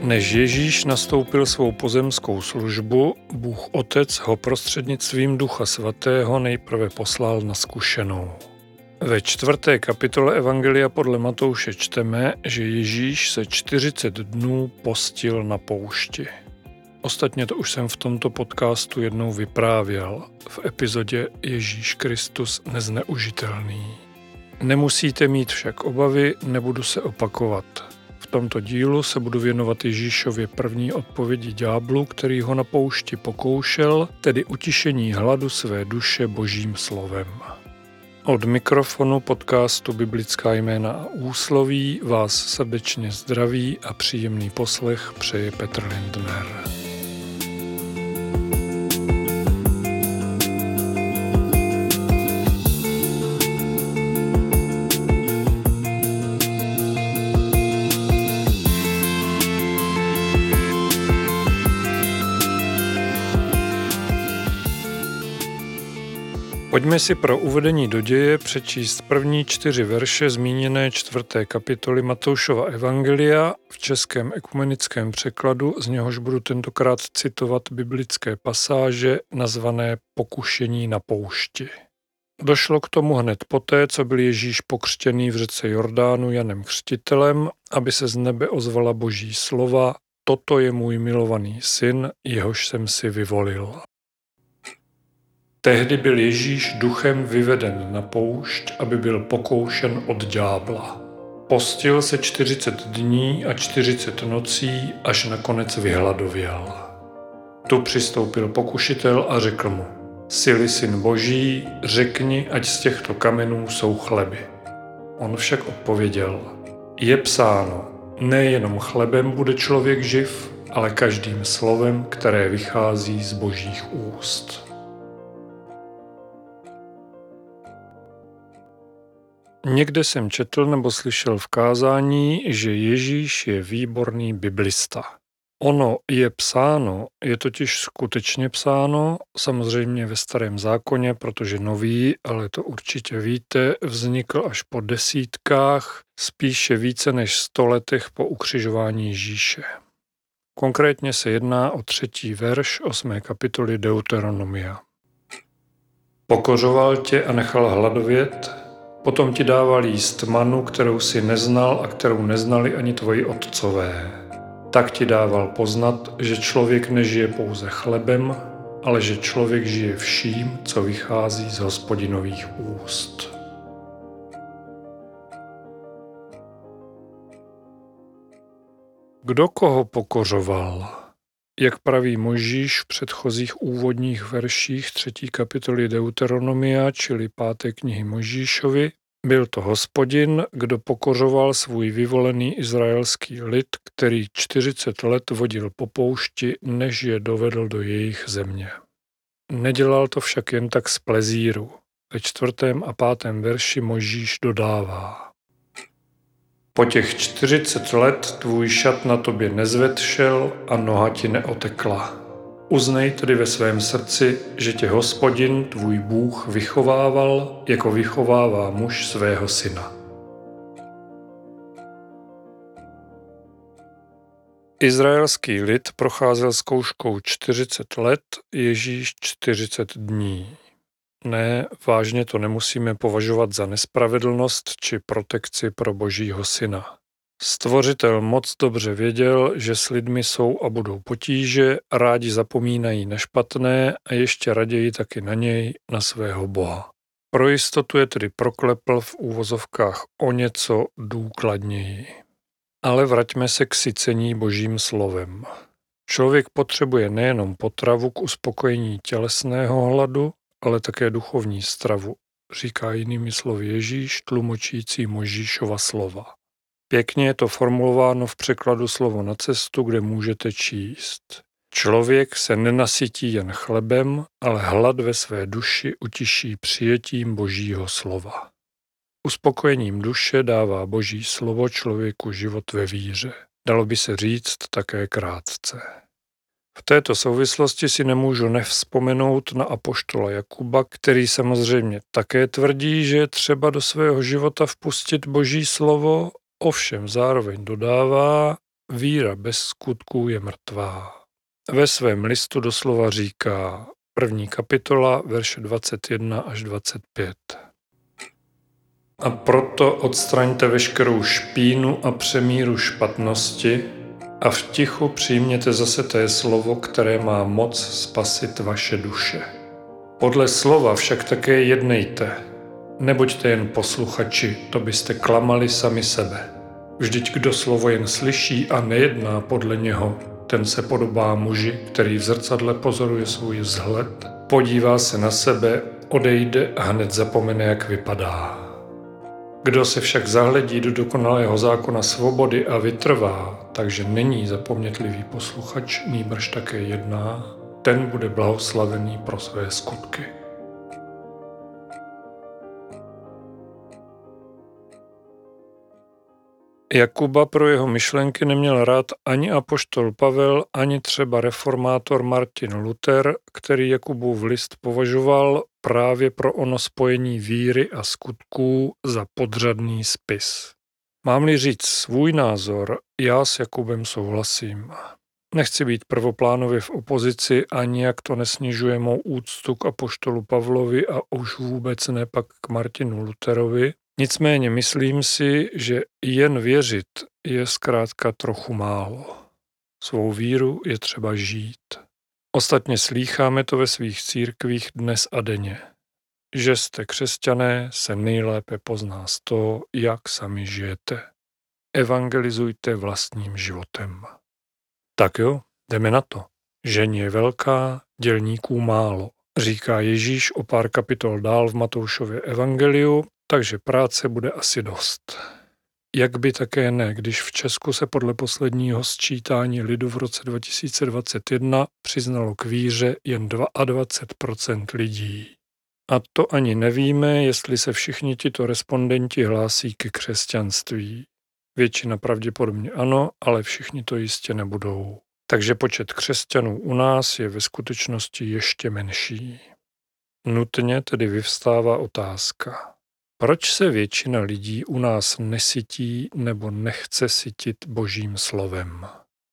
Než Ježíš nastoupil svou pozemskou službu, Bůh Otec ho prostřednictvím Ducha Svatého nejprve poslal na zkušenou. Ve 4. kapitole Evangelia podle Matouše čteme, že Ježíš se 40 dnů postil na poušti. Ostatně to už jsem v tomto podcastu jednou vyprávěl v epizodě Ježíš Kristus nezneužitelný. Nemusíte mít však obavy, nebudu se opakovat. V tomto dílu se budu věnovat Ježíšově první odpovědi ďáblu, který ho na poušti pokoušel, tedy utišení hladu své duše Božím slovem. Od mikrofonu podcastu Biblická jména a úsloví vás srdečně zdraví a příjemný poslech přeje Petr Lindner. Pojďme si pro uvedení do děje přečíst první 4 verše zmíněné 4. kapitoly Matoušova Evangelia v českém ekumenickém překladu, z něhož budu tentokrát citovat biblické pasáže nazvané Pokušení na poušti. Došlo k tomu hned poté, co byl Ježíš pokřtěný v řece Jordánu Janem Křtitelem, aby se z nebe ozvala Boží slova: Toto je můj milovaný syn, jehož jsem si vyvolil. Tehdy byl Ježíš duchem vyveden na poušť, aby byl pokoušen od ďábla. Postil se 40 dní a 40 nocí, až nakonec vyhladověl. Tu přistoupil pokušitel a řekl mu: Jsi-li syn Boží, řekni, ať z těchto kamenů jsou chleby. On však odpověděl: Je psáno, nejenom chlebem bude člověk živ, ale každým slovem, které vychází z Božích úst. Někde jsem četl nebo slyšel v kázání, že Ježíš je výborný biblista. Ono je psáno, je totiž skutečně psáno, samozřejmě ve Starém zákoně, protože nový, ale to určitě víte, vznikl až po desítkách, spíše více než 100 letech po ukřižování Ježíše. Konkrétně se jedná o 3. verš 8. kapitoly Deuteronomia. Pokořoval tě a nechal hladovět, potom ti dával jíst manu, kterou si neznal a kterou neznali ani tvoji otcové. Tak ti dával poznat, že člověk nežije pouze chlebem, ale že člověk žije vším, co vychází z Hospodinových úst. Kdo koho pokořoval? Jak praví Mojžíš v předchozích úvodních verších 3. kapitoly Deuteronomia, čili 5. knihy Mojžíšovi, byl to Hospodin, kdo pokořoval svůj vyvolený izraelský lid, který 40 let vodil po poušti, než je dovedl do jejich země. Nedělal to však jen tak z plezíru. Ve 4. a 5. verši Mojžíš dodává: Po těch 40 let tvůj šat na tobě nezvetšel a noha ti neotekla. Uznej tedy ve svém srdci, že tě Hospodin, tvůj Bůh, vychovával, jako vychovává muž svého syna. Izraelský lid procházel zkouškou 40 let, Ježíš 40 dní. Ne, vážně to nemusíme považovat za nespravedlnost či protekci pro Božího syna. Stvořitel moc dobře věděl, že s lidmi jsou a budou potíže, rádi zapomínají na špatné a ještě raději taky na něj, na svého Boha. Pro jistotu je tedy proklepl v úvozovkách o něco důkladněji. Ale vraťme se k sycení Božím slovem. Člověk potřebuje nejenom potravu k uspokojení tělesného hladu, ale také duchovní stravu, říká jinými slovy Ježíš, tlumočící Mojžíšova slova. Pěkně je to formulováno v překladu Slovo na cestu, kde můžete číst: Člověk se nenasytí jen chlebem, ale hlad ve své duši utiší přijetím Božího slova. Uspokojením duše dává Boží slovo člověku život ve víře. Dalo by se říct také krátce. V této souvislosti si nemůžu nevzpomenout na apoštola Jakuba, který samozřejmě také tvrdí, že je třeba do svého života vpustit Boží slovo, ovšem zároveň dodává, víra bez skutků je mrtvá. Ve svém listu doslova říká 1. kapitola, verše 21 až 25. A proto odstraňte veškerou špínu a přemíru špatnosti a v tichu přijměte zase té slovo, které má moc spasit vaše duše. Podle slova však také jednejte. Nebuďte jen posluchači, to byste klamali sami sebe. Vždyť kdo slovo jen slyší a nejedná podle něho, ten se podobá muži, který v zrcadle pozoruje svůj vzhled, podívá se na sebe, odejde a hned zapomene, jak vypadá. Kdo se však zahledí do dokonalého zákona svobody a vytrvá, takže není zapomnětlivý posluchač, nýbrž také jedná, ten bude blahoslavený pro své skutky. Jakuba pro jeho myšlenky neměl rád ani apoštol Pavel, ani třeba reformátor Martin Luther, který Jakubův list považoval právě pro ono spojení víry a skutků za podřadný spis. Mám-li říct svůj názor, já s Jakubem souhlasím. Nechci být prvoplánově v opozici, ani jak to nesnižuje mou úctu k apoštolu Pavlovi a už vůbec ne pak k Martinu Lutherovi. Nicméně myslím si, že jen věřit je zkrátka trochu málo. Svou víru je třeba žít. Ostatně slýcháme to ve svých církvích dnes a denně. Že jste křesťané, se nejlépe pozná z toho, jak sami žijete. Evangelizujte vlastním životem. Tak jo, jdeme na to. Žeň je velká, dělníků málo, říká Ježíš o pár kapitol dál v Matoušově evangeliu, takže práce bude asi dost. Jak by také ne, když v Česku se podle posledního sčítání lidu v roce 2021 přiznalo k víře jen 22% lidí. A to ani nevíme, jestli se všichni tito respondenti hlásí ke křesťanství. Většina pravděpodobně ano, ale všichni to jistě nebudou. Takže počet křesťanů u nás je ve skutečnosti ještě menší. Nutně tedy vyvstává otázka. Proč se většina lidí u nás nesytí nebo nechce sytit Božím slovem?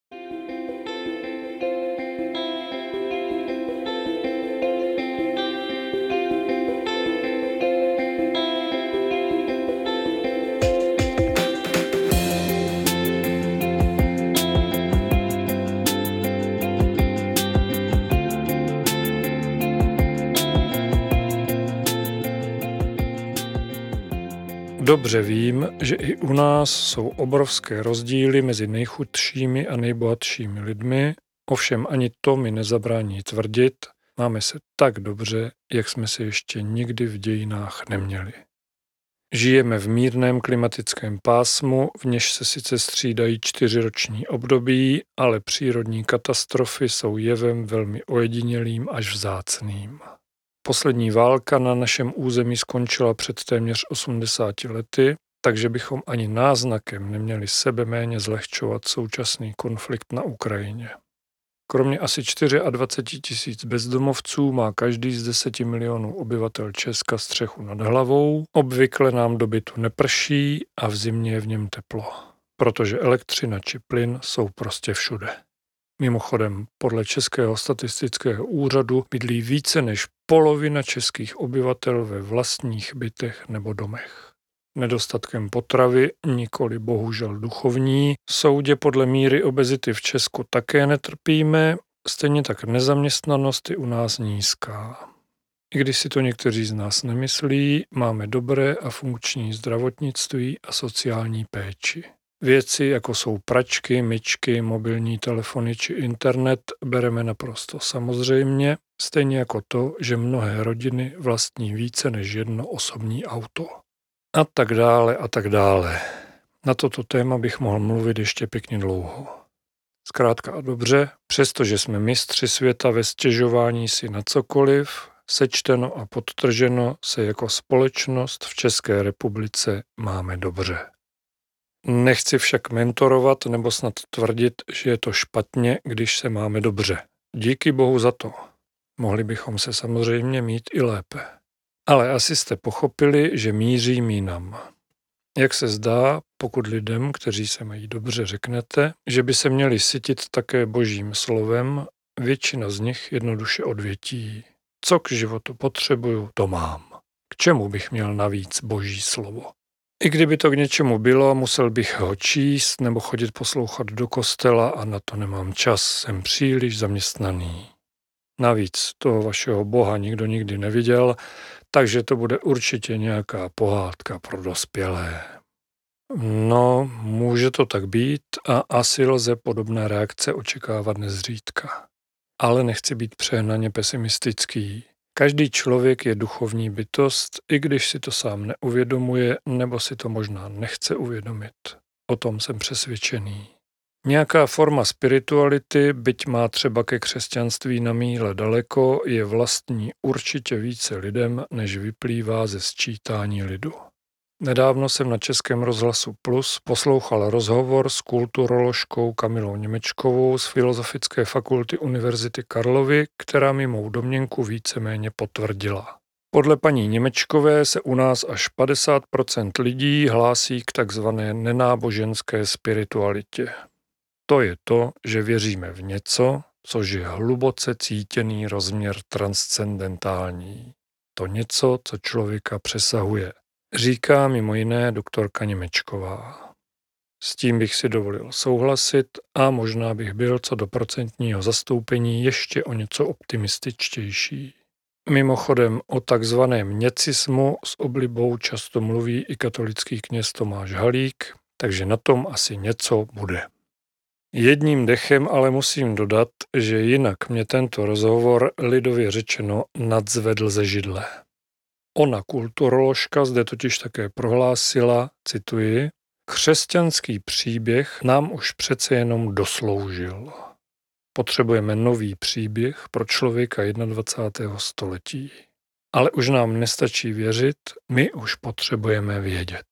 Dobře vím, že i u nás jsou obrovské rozdíly mezi nejchudšími a nejbohatšími lidmi, ovšem ani to mi nezabrání tvrdit, máme se tak dobře, jak jsme se ještě nikdy v dějinách neměli. Žijeme v mírném klimatickém pásmu, v něž se sice střídají 4roční období, ale přírodní katastrofy jsou jevem velmi ojedinělým až vzácným. Poslední válka na našem území skončila před téměř 80 lety, takže bychom ani náznakem neměli sebeméně zlehčovat současný konflikt na Ukrajině. Kromě asi 24 000 bezdomovců má každý z 10 milionů obyvatel Česka střechu nad hlavou, obvykle nám do bytu neprší a v zimě je v něm teplo, protože elektřina či plyn jsou prostě všude. Mimochodem, podle Českého statistického úřadu bydlí více než polovina českých obyvatel ve vlastních bytech nebo domech. Nedostatkem potravy, nikoli bohužel duchovní, soudě podle míry obezity v Česku také netrpíme, stejně tak nezaměstnanost je u nás nízká. I když si to někteří z nás nemyslí, máme dobré a funkční zdravotnictví a sociální péči. Věci, jako jsou pračky, myčky, mobilní telefony či internet, bereme naprosto samozřejmě, stejně jako to, že mnohé rodiny vlastní více než jedno osobní auto. A tak dále a tak dále. Na toto téma bych mohl mluvit ještě pěkně dlouho. Zkrátka a dobře, přestože jsme mistři světa ve stěžování si na cokoliv, sečteno a podtrženo se jako společnost v České republice máme dobře. Nechci však mentorovat nebo snad tvrdit, že je to špatně, když se máme dobře. Díky Bohu za to. Mohli bychom se samozřejmě mít i lépe. Ale asi jste pochopili, že mířím jinam. Jak se zdá, pokud lidem, kteří se mají dobře, řeknete, že by se měli sytit také božím slovem, většina z nich jednoduše odvětí. Co k životu potřebuju, to mám. K čemu bych měl navíc boží slovo? I kdyby to k něčemu bylo, musel bych ho číst nebo chodit poslouchat do kostela a na to nemám čas, jsem příliš zaměstnaný. Navíc toho vašeho Boha nikdo nikdy neviděl, takže to bude určitě nějaká pohádka pro dospělé. No, může to tak být a asi lze podobné reakce očekávat nezřídka. Ale nechci být přehnaně pesimistický. Každý člověk je duchovní bytost, i když si to sám neuvědomuje nebo si to možná nechce uvědomit. O tom jsem přesvědčený. Nějaká forma spirituality, byť má třeba ke křesťanství na míle daleko, je vlastní určitě více lidem, než vyplývá ze sčítání lidu. Nedávno jsem na Českém rozhlasu Plus poslouchal rozhovor s kulturoložkou Kamilou Němečkovou z Filozofické fakulty Univerzity Karlovy, která mi mou domněnku víceméně potvrdila. Podle paní Němečkové se u nás až 50% lidí hlásí k takzvané nenáboženské spiritualitě. To je to, že věříme v něco, což je hluboce cítěný rozměr transcendentální. To něco, co člověka přesahuje. Říká mimo jiné doktorka Němečková. S tím bych si dovolil souhlasit a možná bych byl co do procentního zastoupení ještě o něco optimističtější. Mimochodem o takzvaném něcismu s oblibou často mluví i katolický kněz Tomáš Halík, takže na tom asi něco bude. Jedním dechem ale musím dodat, že jinak mě tento rozhovor lidově řečeno nadzvedl ze židle. Ona kulturoložka zde totiž také prohlásila, cituji, křesťanský příběh nám už přece jenom dosloužil. Potřebujeme nový příběh pro člověka 21. století. Ale už nám nestačí věřit, my už potřebujeme vědět.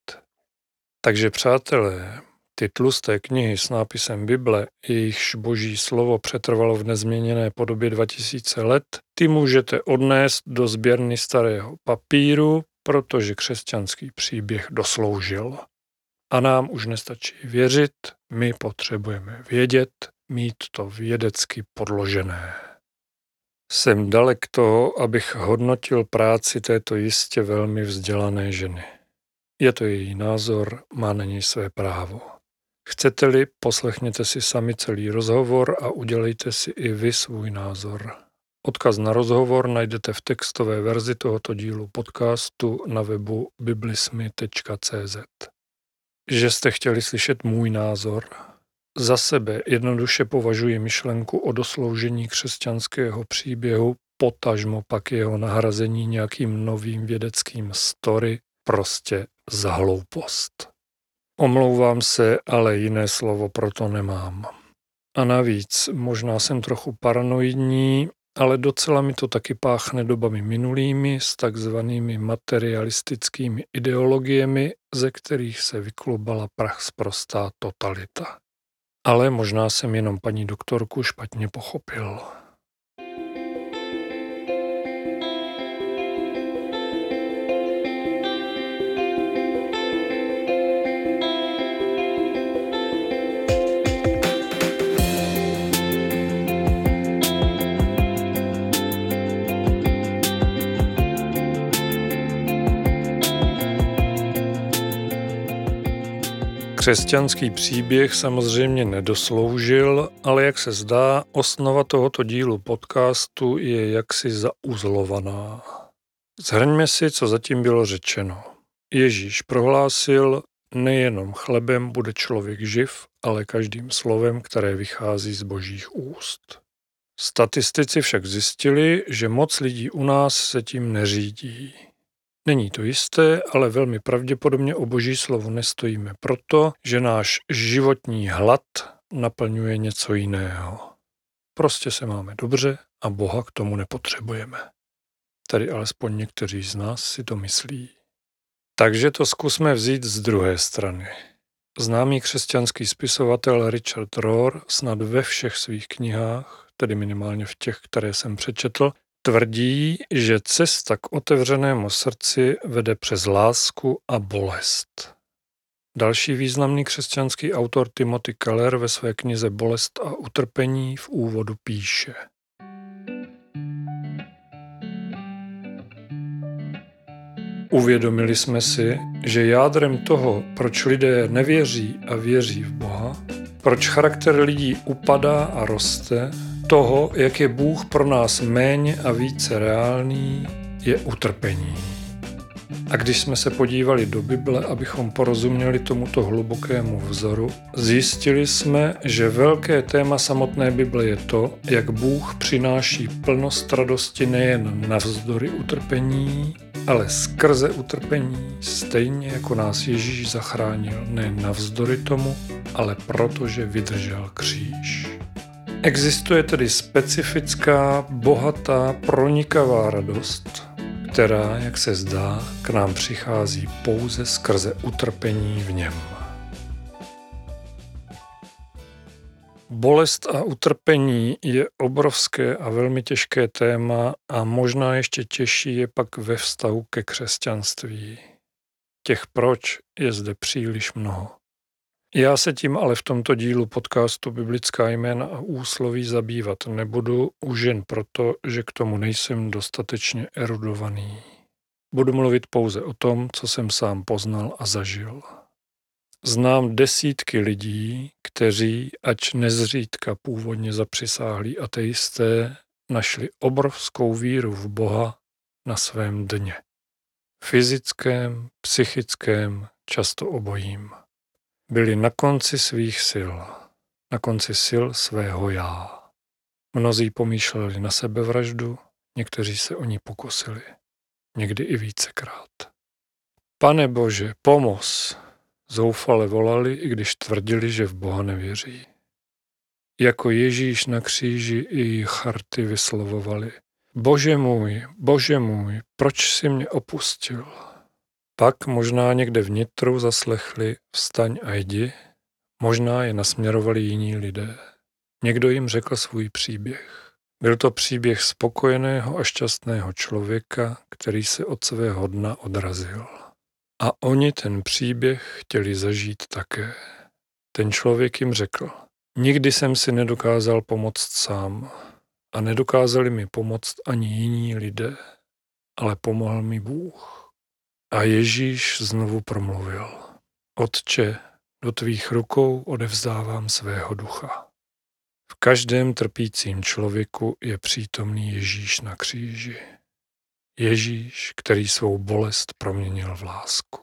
Takže přátelé, ty tlusté knihy s nápisem Bible, jejichž boží slovo přetrvalo v nezměněné podobě 2000 let, ty můžete odnést do sběrny starého papíru, protože křesťanský příběh dosloužil. A nám už nestačí věřit, my potřebujeme vědět, mít to vědecky podložené. Jsem dalek toho, abych hodnotil práci této jistě velmi vzdělané ženy. Je to její názor, má na něj své právo. Chcete-li, poslechněte si sami celý rozhovor a udělejte si i vy svůj názor. Odkaz na rozhovor najdete v textové verzi tohoto dílu podcastu na webu biblismy.cz. Že jste chtěli slyšet můj názor? Za sebe jednoduše považuji myšlenku o dosloužení křesťanského příběhu, potažmo pak jeho nahrazení nějakým novým vědeckým story, prostě za hloupost. Omlouvám se, ale jiné slovo proto nemám. A navíc, možná jsem trochu paranoidní, ale docela mi to taky páchne dobami minulými s takzvanými materialistickými ideologiemi, ze kterých se vyklubala prachsprostá totalita. Ale možná jsem jenom paní doktorku špatně pochopil. Křesťanský příběh samozřejmě nedosloužil, ale jak se zdá, osnova tohoto dílu podcastu je jaksi zauzlovaná. Shrňme si, co zatím bylo řečeno. Ježíš prohlásil, nejenom chlebem bude člověk živ, ale každým slovem, které vychází z božích úst. Statistici však zjistili, že moc lidí u nás se tím neřídí. Není to jisté, ale velmi pravděpodobně o boží slovo nestojíme proto, že náš životní hlad naplňuje něco jiného. Prostě se máme dobře a Boha k tomu nepotřebujeme. Tady alespoň někteří z nás si to myslí. Takže to zkusme vzít z druhé strany. Známý křesťanský spisovatel Richard Rohr snad ve všech svých knihách, tedy minimálně v těch, které jsem přečetl, tvrdí, že cesta k otevřenému srdci vede přes lásku a bolest. Další významný křesťanský autor Timothy Keller ve své knize Bolest a utrpení v úvodu píše: Uvědomili jsme si, že jádrem toho, proč lidé nevěří a věří v Boha, proč charakter lidí upadá a roste, toho, jak je Bůh pro nás méně a více reálný, je utrpení. A když jsme se podívali do Bible, abychom porozuměli tomuto hlubokému vzoru, zjistili jsme, že velké téma samotné Bible je to, jak Bůh přináší plnost radosti nejen navzdory utrpení, ale skrze utrpení, stejně jako nás Ježíš zachránil ne navzdory tomu, ale protože vydržel kříž. Existuje tedy specifická, bohatá, pronikavá radost, která, jak se zdá, k nám přichází pouze skrze utrpení v něm. Bolest a utrpení je obrovské a velmi těžké téma a možná ještě těžší je pak ve vztahu ke křesťanství. Těch proč je zde příliš mnoho. Já se tím ale v tomto dílu podcastu Biblická jména a úsloví zabývat nebudu, už jen proto, že k tomu nejsem dostatečně erudovaný. Budu mluvit pouze o tom, co jsem sám poznal a zažil. Znám desítky lidí, kteří, ač nezřídka původně zapřisáhlí ateisté, našli obrovskou víru v Boha na svém dně. Fyzickém, psychickém, často obojím. Byli na konci svých sil, na konci sil svého já. Mnozí pomýšleli na sebevraždu, někteří se o ní pokusili, někdy i vícekrát. Pane Bože, pomoz! Zoufale volali, i když tvrdili, že v Boha nevěří. Jako Ježíš na kříži i charty vyslovovali: Bože můj, proč jsi mě opustil? Pak možná někde vnitru zaslechli: vstaň a jdi, možná je nasměrovali jiní lidé. Někdo jim řekl svůj příběh. Byl to příběh spokojeného a šťastného člověka, který se od svého dna odrazil. A oni ten příběh chtěli zažít také. Ten člověk jim řekl: nikdy jsem si nedokázal pomoct sám a nedokázali mi pomoct ani jiní lidé, ale pomohl mi Bůh. A Ježíš znovu promluvil: Otče, do tvých rukou odevzdávám svého ducha. V každém trpícím člověku je přítomný Ježíš na kříži. Ježíš, který svou bolest proměnil v lásku.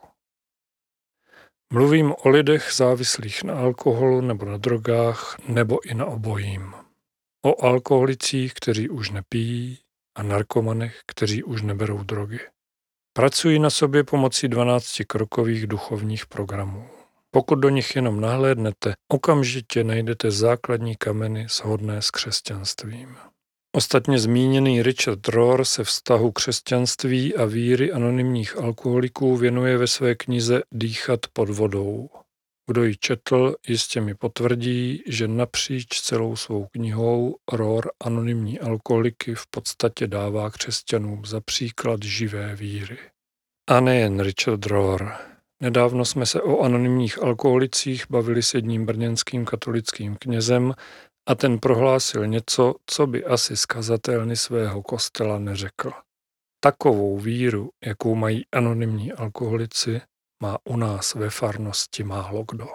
Mluvím o lidech závislých na alkoholu nebo na drogách, nebo i na obojím. O alkoholicích, kteří už nepijí, a narkomanech, kteří už neberou drogy. Pracují na sobě pomocí 12krokových duchovních programů. Pokud do nich jenom nahlédnete, okamžitě najdete základní kameny shodné s křesťanstvím. Ostatně zmíněný Richard Rohr se vztahu křesťanství a víry anonymních alkoholiků věnuje ve své knize Dýchat pod vodou. Kdo ji četl, jistě mi potvrdí, že napříč celou svou knihou Rohr anonymní alkoholiky v podstatě dává křesťanům za příklad živé víry. A nejen Richard Rohr. Nedávno jsme se o anonymních alkoholicích bavili s jedním brněnským katolickým knězem a ten prohlásil něco, co by asi z kazatelny svého kostela neřekl. Takovou víru, jakou mají anonymní alkoholici, má u nás ve farnosti málo kdo.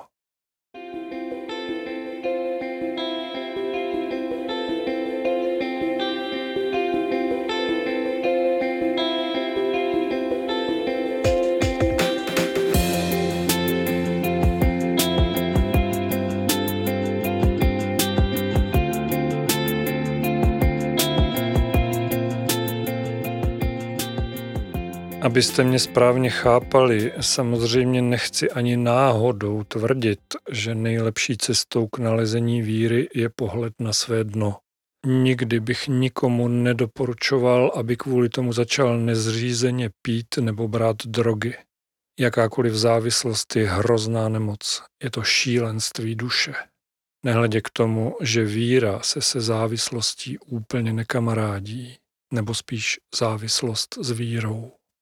Abyste mě správně chápali, samozřejmě nechci ani náhodou tvrdit, že nejlepší cestou k nalezení víry je pohled na své dno. Nikdy bych nikomu nedoporučoval, aby kvůli tomu začal nezřízeně pít nebo brát drogy. Jakákoliv závislost je hrozná nemoc, je to šílenství duše. Nehledě k tomu, že víra se závislostí úplně nekamarádí, nebo spíš závislost s vírou.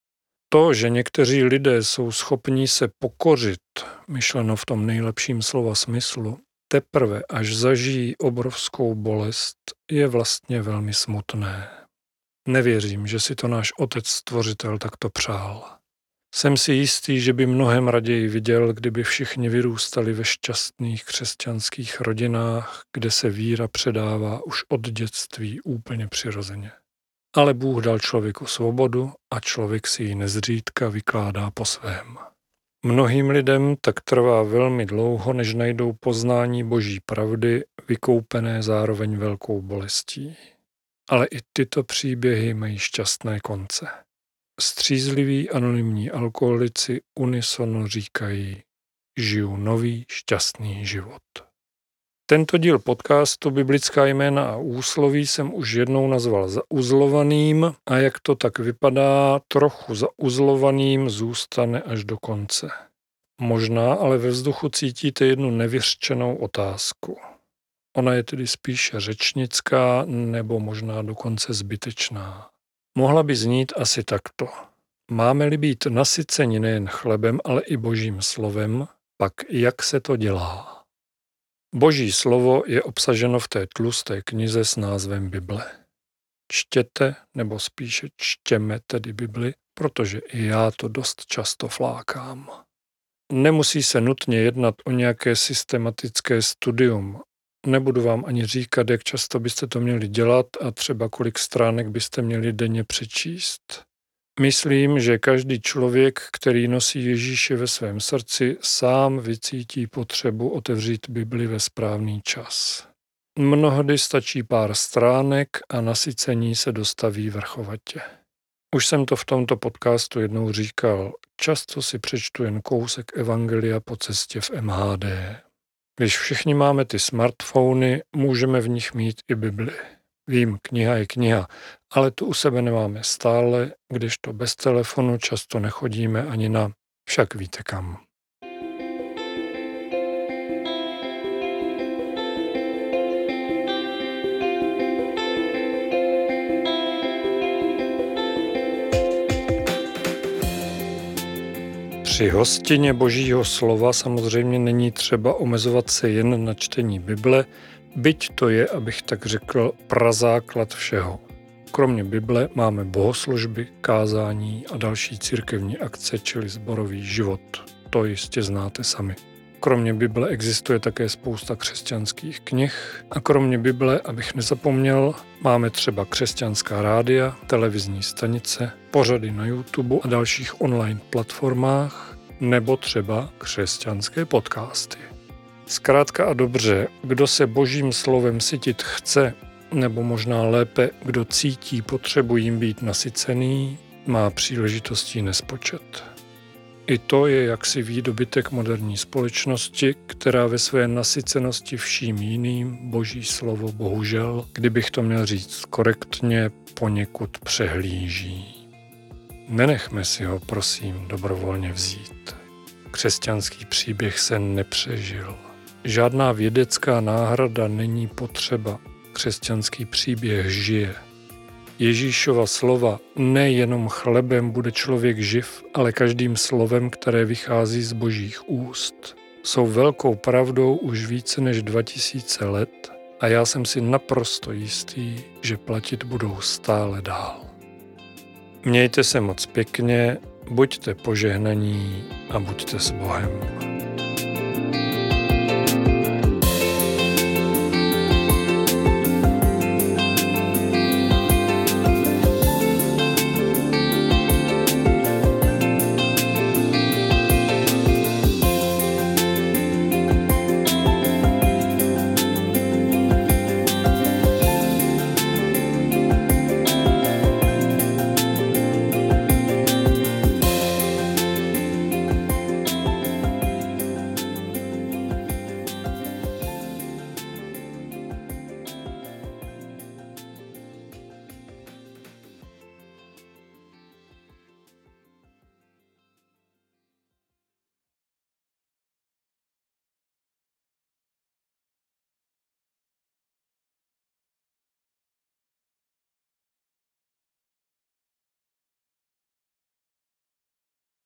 To, že někteří lidé jsou schopní se pokořit, myšleno v tom nejlepším slova smyslu, teprve až zažijí obrovskou bolest, je vlastně velmi smutné. Nevěřím, že si to náš Otec Stvořitel takto přál. Jsem si jistý, že by mnohem raději viděl, kdyby všichni vyrůstali ve šťastných křesťanských rodinách, kde se víra předává už od dětství úplně přirozeně. Ale Bůh dal člověku svobodu a člověk si ji nezřídka vykládá po svém. Mnohým lidem tak trvá velmi dlouho, než najdou poznání Boží pravdy, vykoupené zároveň velkou bolestí. Ale i tyto příběhy mají šťastné konce. Střízliví anonymní alkoholici unisono říkají: žiju nový šťastný život. Tento díl podcastu Biblická jména a úsloví jsem už jednou nazval zauzlovaným a jak to tak vypadá, trochu zauzlovaným zůstane až do konce. Možná ale ve vzduchu cítíte jednu nevyřčenou otázku. Ona je tedy spíše řečnická nebo možná dokonce zbytečná. Mohla by znít asi takto. Máme-li být nasyceni nejen chlebem, ale i Božím slovem, pak jak se to dělá? Boží slovo je obsaženo v té tlusté knize s názvem Bible. Čtěte, nebo spíše čtěme tedy Bibli, protože i já to dost často flákám. Nemusí se nutně jednat o nějaké systematické studium. Nebudu vám ani říkat, jak často byste to měli dělat a třeba kolik stránek byste měli denně přečíst. Myslím, že každý člověk, který nosí Ježíše ve svém srdci, sám vycítí potřebu otevřít Bibli ve správný čas. Mnohdy stačí pár stránek a nasycení se dostaví vrchovatě. Už jsem to v tomto podcastu jednou říkal, často si přečtu jen kousek evangelia po cestě v MHD. Když všichni máme ty smartfony, můžeme v nich mít i Bibli. Vím, kniha je kniha, ale tu u sebe nemáme stále, kdežto bez telefonu často nechodíme ani na však víte kam. Při hostině Božího slova samozřejmě není třeba omezovat se jen na čtení Bible, byť to je, abych tak řekl, prazáklad všeho. Kromě Bible máme bohoslužby, kázání a další církevní akce, čili sborový život. To jistě znáte sami. Kromě Bible existuje také spousta křesťanských knih a kromě Bible, abych nezapomněl, máme třeba křesťanská rádia, televizní stanice, pořady na YouTube a dalších online platformách nebo třeba křesťanské podcasty. Zkrátka a dobře, kdo se Božím slovem sytit chce, nebo možná lépe, kdo cítí potřebu jim být nasycený, má příležitostí nespočet. I to je jaksi výdobytek moderní společnosti, která ve své nasycenosti vším jiným Boží slovo bohužel, kdybych to měl říct korektně, poněkud přehlíží. Nenechme si ho, prosím, dobrovolně vzít. Křesťanský příběh se nepřežil. Žádná vědecká náhrada není potřeba. Křesťanský příběh žije. Ježíšova slova nejenom chlebem bude člověk živ, ale každým slovem, které vychází z Božích úst, jsou velkou pravdou už více než 2000 let a já jsem si naprosto jistý, že platit budou stále dál. Mějte se moc pěkně, buďte požehnaní a buďte s Bohem.